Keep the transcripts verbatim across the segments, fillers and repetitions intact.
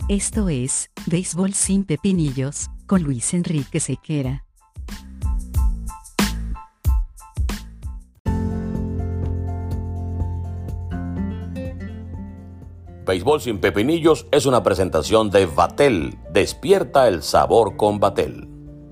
Esto es Béisbol sin Pepinillos, con Luis Enrique Sequera. Béisbol sin Pepinillos es una presentación de Vatel. Despierta el sabor con Vatel.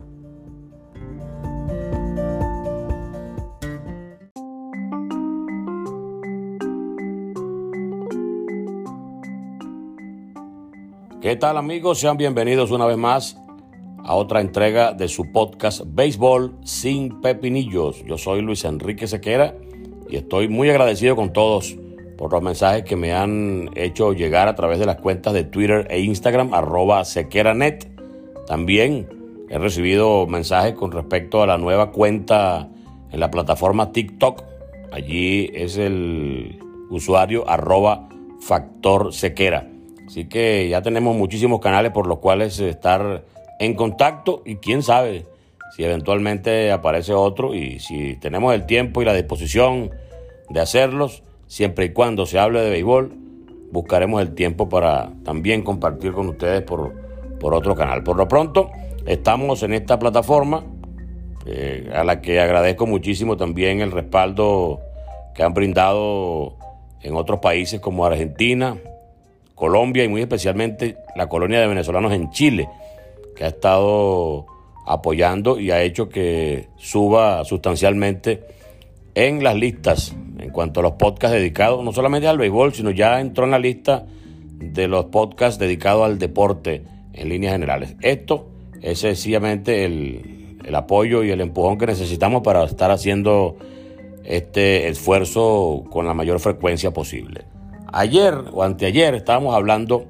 ¿Qué tal, amigos? Sean bienvenidos una vez más a otra entrega de su podcast Béisbol sin Pepinillos. Yo soy Luis Enrique Sequera y estoy muy agradecido con todos por los mensajes que me han hecho llegar a través de las cuentas de Twitter e Instagram, arroba sequeranet. También he recibido mensajes con respecto a la nueva cuenta en la plataforma TikTok. Allí es el usuario arroba factor sequera. Así que ya tenemos muchísimos canales por los cuales estar en contacto y quién sabe si eventualmente aparece otro, y si tenemos el tiempo y la disposición de hacerlos, siempre y cuando se hable de béisbol, buscaremos el tiempo para también compartir con ustedes por, por otro canal. Por lo pronto, estamos en esta plataforma eh, a la que agradezco muchísimo también el respaldo que han brindado en otros países como Argentina, Colombia y muy especialmente la colonia de venezolanos en Chile, que ha estado apoyando y ha hecho que suba sustancialmente en las listas en cuanto a los podcasts dedicados no solamente al béisbol, sino ya entró en la lista de los podcasts dedicados al deporte en líneas generales. Esto es sencillamente el, el apoyo y el empujón que necesitamos para estar haciendo este esfuerzo con la mayor frecuencia posible. Ayer o anteayer estábamos hablando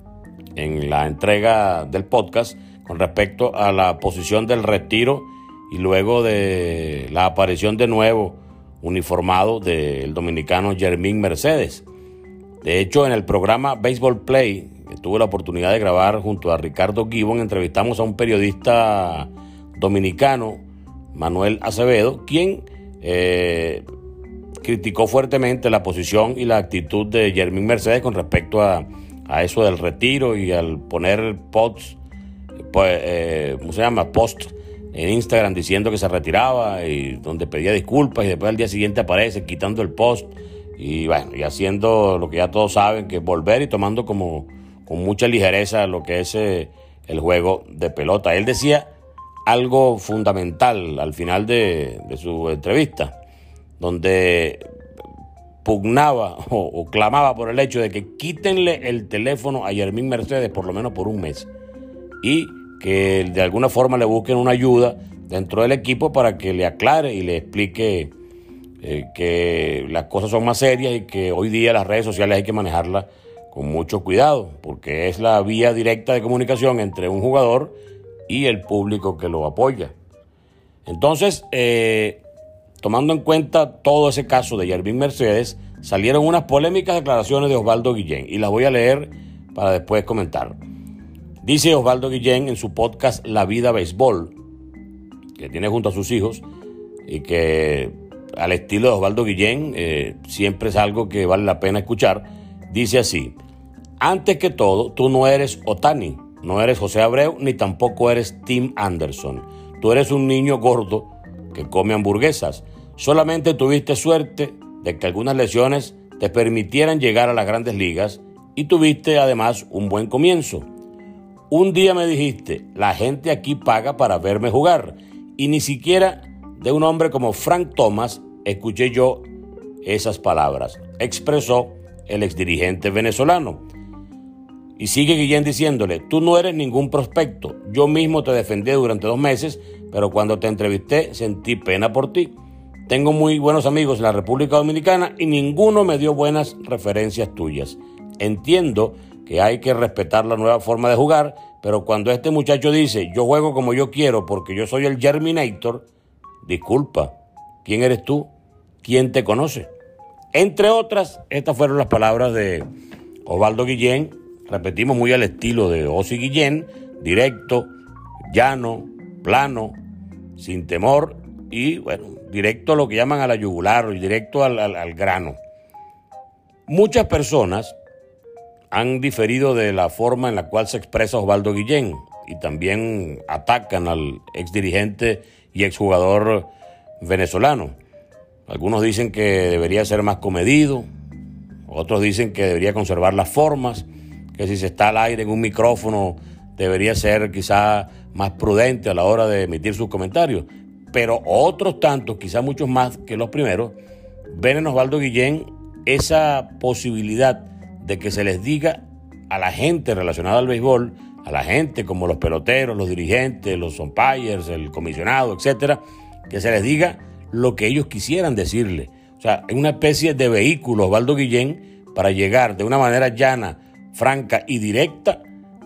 en la entrega del podcast con respecto a la posición del retiro y luego de la aparición de nuevo uniformado del dominicano Yermín Mercedes. De hecho, en el programa Baseball Play, que tuve la oportunidad de grabar junto a Ricardo Gibbon, entrevistamos a un periodista dominicano, Manuel Acevedo, quien eh, criticó fuertemente la posición y la actitud de Yermín Mercedes con respecto a, a eso del retiro y al poner posts, pues, eh, ¿cómo se llama? Post en Instagram diciendo que se retiraba y donde pedía disculpas, y después al día siguiente aparece quitando el post y bueno, y haciendo lo que ya todos saben, que es volver y tomando como con mucha ligereza lo que es eh, el juego de pelota. Él decía algo fundamental al final de, de su entrevista, donde pugnaba o, o clamaba por el hecho de que quítenle el teléfono a Yermín Mercedes por lo menos por un mes y que de alguna forma le busquen una ayuda dentro del equipo para que le aclare y le explique eh, que las cosas son más serias y que hoy día las redes sociales hay que manejarlas con mucho cuidado, porque es la vía directa de comunicación entre un jugador y el público que lo apoya. Entonces, eh, tomando en cuenta todo ese caso de Yermín Mercedes, salieron unas polémicas declaraciones de Osvaldo Guillén y las voy a leer para después comentar. Dice Osvaldo Guillén en su podcast La Vida Béisbol, que tiene junto a sus hijos y que al estilo de Osvaldo Guillén eh, siempre es algo que vale la pena escuchar. Dice así: antes que todo, tú no eres Ohtani, no eres José Abreu, ni tampoco eres Tim Anderson. Tú eres un niño gordo que come hamburguesas. Solamente tuviste suerte de que algunas lesiones te permitieran llegar a las grandes ligas y tuviste además un buen comienzo. Un día me dijiste, la gente aquí paga para verme jugar, y ni siquiera de un hombre como Frank Thomas escuché yo esas palabras, expresó el exdirigente venezolano. Y sigue Guillén diciéndole, tú no eres ningún prospecto, yo mismo te defendí durante dos meses, pero cuando te entrevisté sentí pena por ti. Tengo muy buenos amigos en la República Dominicana y ninguno me dio buenas referencias tuyas. Entiendo que hay que respetar la nueva forma de jugar, pero cuando este muchacho dice, yo juego como yo quiero porque yo soy el Germinator, disculpa, ¿quién eres tú? ¿Quién te conoce? Entre otras, estas fueron las palabras de Osvaldo Guillén, repetimos, muy al estilo de Ozzy Guillén, directo, llano, plano, sin temor y, bueno, directo a lo que llaman a la yugular y directo al, al, al grano. Muchas personas han diferido de la forma en la cual se expresa Osvaldo Guillén y también atacan al exdirigente y exjugador venezolano. Algunos dicen que debería ser más comedido, otros dicen que debería conservar las formas, que si se está al aire en un micrófono debería ser quizá más prudente a la hora de emitir sus comentarios. Pero otros tantos, quizá muchos más que los primeros, ven en Osvaldo Guillén esa posibilidad de que se les diga a la gente relacionada al béisbol, a la gente como los peloteros, los dirigentes, los umpires, el comisionado, etcétera, que se les diga lo que ellos quisieran decirle. O sea, es una especie de vehículo Osvaldo Guillén para llegar de una manera llana, franca y directa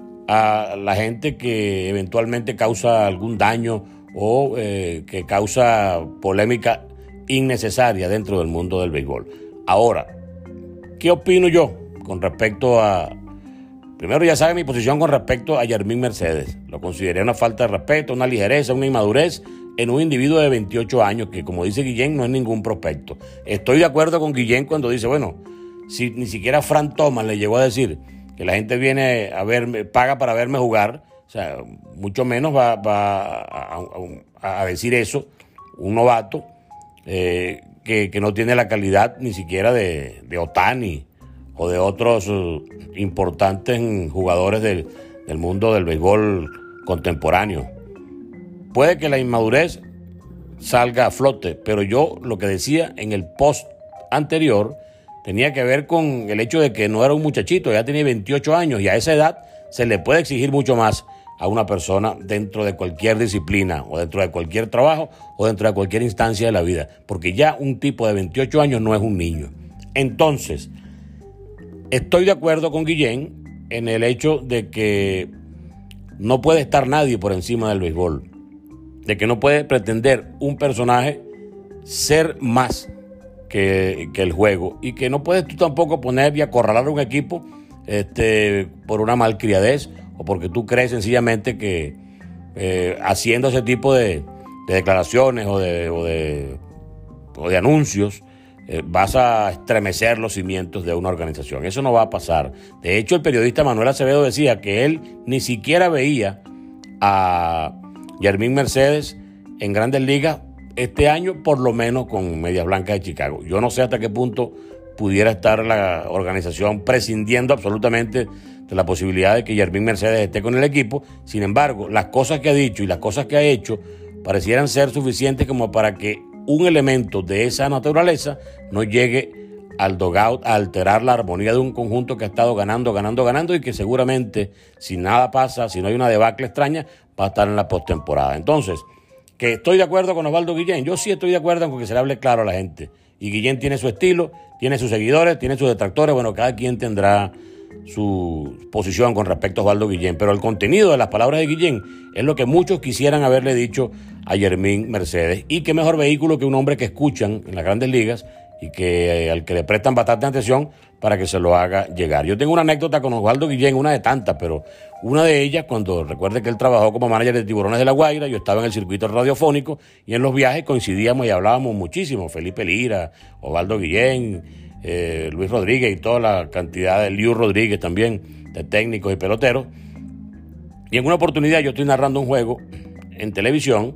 a la gente que eventualmente causa algún daño o eh, que causa polémica innecesaria dentro del mundo del béisbol. Ahora, ¿qué opino yo con respecto a... Primero, ya saben mi posición con respecto a Yermín Mercedes. Lo consideré una falta de respeto, una ligereza, una inmadurez en un individuo de veintiocho años que, como dice Guillén, no es ningún prospecto. Estoy de acuerdo con Guillén cuando dice, bueno, si ni siquiera Fran Thomas le llegó a decir que la gente viene a verme, paga para verme jugar, o sea, mucho menos va, va a, a, a decir eso un novato eh, que, que no tiene la calidad ni siquiera de, de Ohtani o de otros uh, importantes jugadores del, del mundo del béisbol contemporáneo. Puede que la inmadurez salga a flote, pero yo lo que decía en el post anterior tenía que ver con el hecho de que no era un muchachito, ya tenía veintiocho años y a esa edad se le puede exigir mucho más a una persona dentro de cualquier disciplina o dentro de cualquier trabajo o dentro de cualquier instancia de la vida, porque ya un tipo de veintiocho años no es un niño. Entonces, estoy de acuerdo con Guillén en el hecho de que no puede estar nadie por encima del béisbol, de que no puede pretender un personaje ser más que, que el juego y que no puedes tú tampoco poner y acorralar a un equipo este, por una malcriadez o porque tú crees sencillamente que eh, haciendo ese tipo de, de declaraciones o de, o de, o de anuncios eh, vas a estremecer los cimientos de una organización. Eso no va a pasar. De hecho, el periodista Manuel Acevedo decía que él ni siquiera veía a Yermín Mercedes en Grandes Ligas este año, por lo menos con Medias Blancas de Chicago. Yo no sé hasta qué punto pudiera estar la organización prescindiendo absolutamente de la posibilidad de que Yermín Mercedes esté con el equipo. Sin embargo, las cosas que ha dicho y las cosas que ha hecho parecieran ser suficientes como para que un elemento de esa naturaleza no llegue al dugout a alterar la armonía de un conjunto que ha estado ganando, ganando, ganando y que seguramente, si nada pasa, si no hay una debacle extraña, va a estar en la postemporada. Entonces, que estoy de acuerdo con Osvaldo Guillén, yo sí estoy de acuerdo con que se le hable claro a la gente. Y Guillén tiene su estilo, tiene sus seguidores, tiene sus detractores, bueno, cada quien tendrá su posición con respecto a Osvaldo Guillén, pero el contenido de las palabras de Guillén es lo que muchos quisieran haberle dicho a Yermín Mercedes. Y qué mejor vehículo que un hombre que escuchan en las Grandes Ligas y que eh, al que le prestan bastante atención para que se lo haga llegar. Yo tengo una anécdota con Osvaldo Guillén, una de tantas, pero una de ellas, cuando recuerde que él trabajó como manager de Tiburones de La Guaira, yo estaba en el circuito radiofónico y en los viajes coincidíamos y hablábamos muchísimo. Felipe Lira, Osvaldo Guillén, eh, Luis Rodríguez y toda la cantidad de Liu Rodríguez también, de técnicos y peloteros. Y en una oportunidad yo estoy narrando un juego en televisión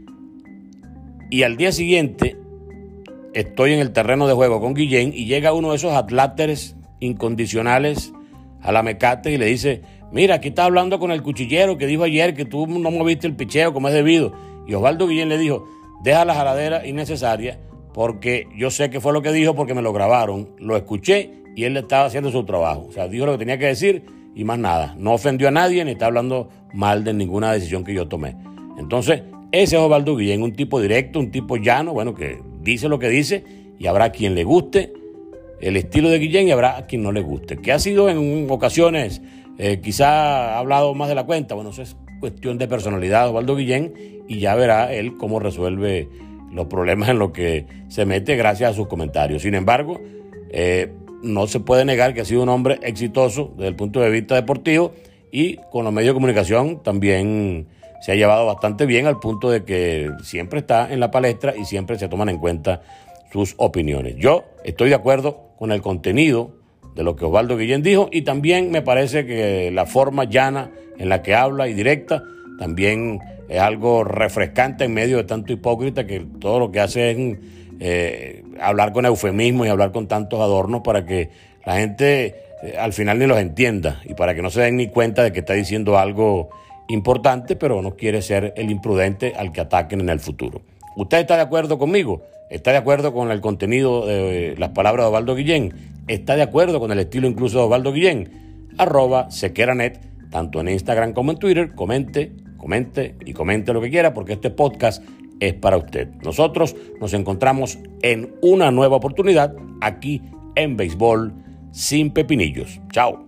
y al día siguiente estoy en el terreno de juego con Guillén y llega uno de esos atláteres incondicionales a la mecate y le dice: mira, aquí está hablando con el cuchillero que dijo ayer que tú no moviste el picheo como es debido. Y Osvaldo Guillén le dijo: deja la jaladera innecesaria porque yo sé que fue lo que dijo porque me lo grabaron, lo escuché y él le estaba haciendo su trabajo. O sea, dijo lo que tenía que decir y más nada. No ofendió a nadie ni está hablando mal de ninguna decisión que yo tomé. Entonces, ese es Osvaldo Guillén, un tipo directo, un tipo llano, bueno, que dice lo que dice y habrá quien le guste el estilo de Guillén y habrá quien no le guste. Que ha sido en ocasiones, eh, quizá ha hablado más de la cuenta. Bueno, eso es cuestión de personalidad de Osvaldo Guillén y ya verá él cómo resuelve los problemas en los que se mete gracias a sus comentarios. Sin embargo, eh, no se puede negar que ha sido un hombre exitoso desde el punto de vista deportivo y con los medios de comunicación también se ha llevado bastante bien al punto de que siempre está en la palestra y siempre se toman en cuenta sus opiniones. Yo estoy de acuerdo con el contenido de lo que Osvaldo Guillén dijo, y también me parece que la forma llana en la que habla y directa también es algo refrescante en medio de tanto hipócrita que todo lo que hace es eh, hablar con eufemismos y hablar con tantos adornos para que la gente eh, al final ni los entienda y para que no se den ni cuenta de que está diciendo algo importante, pero no quiere ser el imprudente al que ataquen en el futuro. ¿Usted está de acuerdo conmigo? ¿Está de acuerdo con el contenido de las palabras de Osvaldo Guillén? ¿Está de acuerdo con el estilo incluso de Osvaldo Guillén? Arroba sequeranet, tanto en Instagram como en Twitter. Comente, comente y comente lo que quiera, porque este podcast es para usted. Nosotros nos encontramos en una nueva oportunidad aquí en Béisbol Sin Pepinillos. Chao.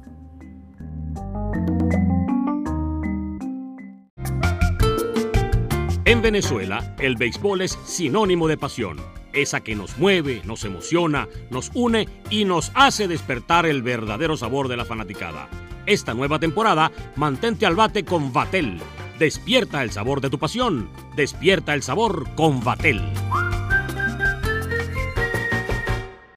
En Venezuela, el béisbol es sinónimo de pasión, esa que nos mueve, nos emociona, nos une y nos hace despertar el verdadero sabor de la fanaticada. Esta nueva temporada, mantente al bate con Vatel. Despierta el sabor de tu pasión. Despierta el sabor con Vatel.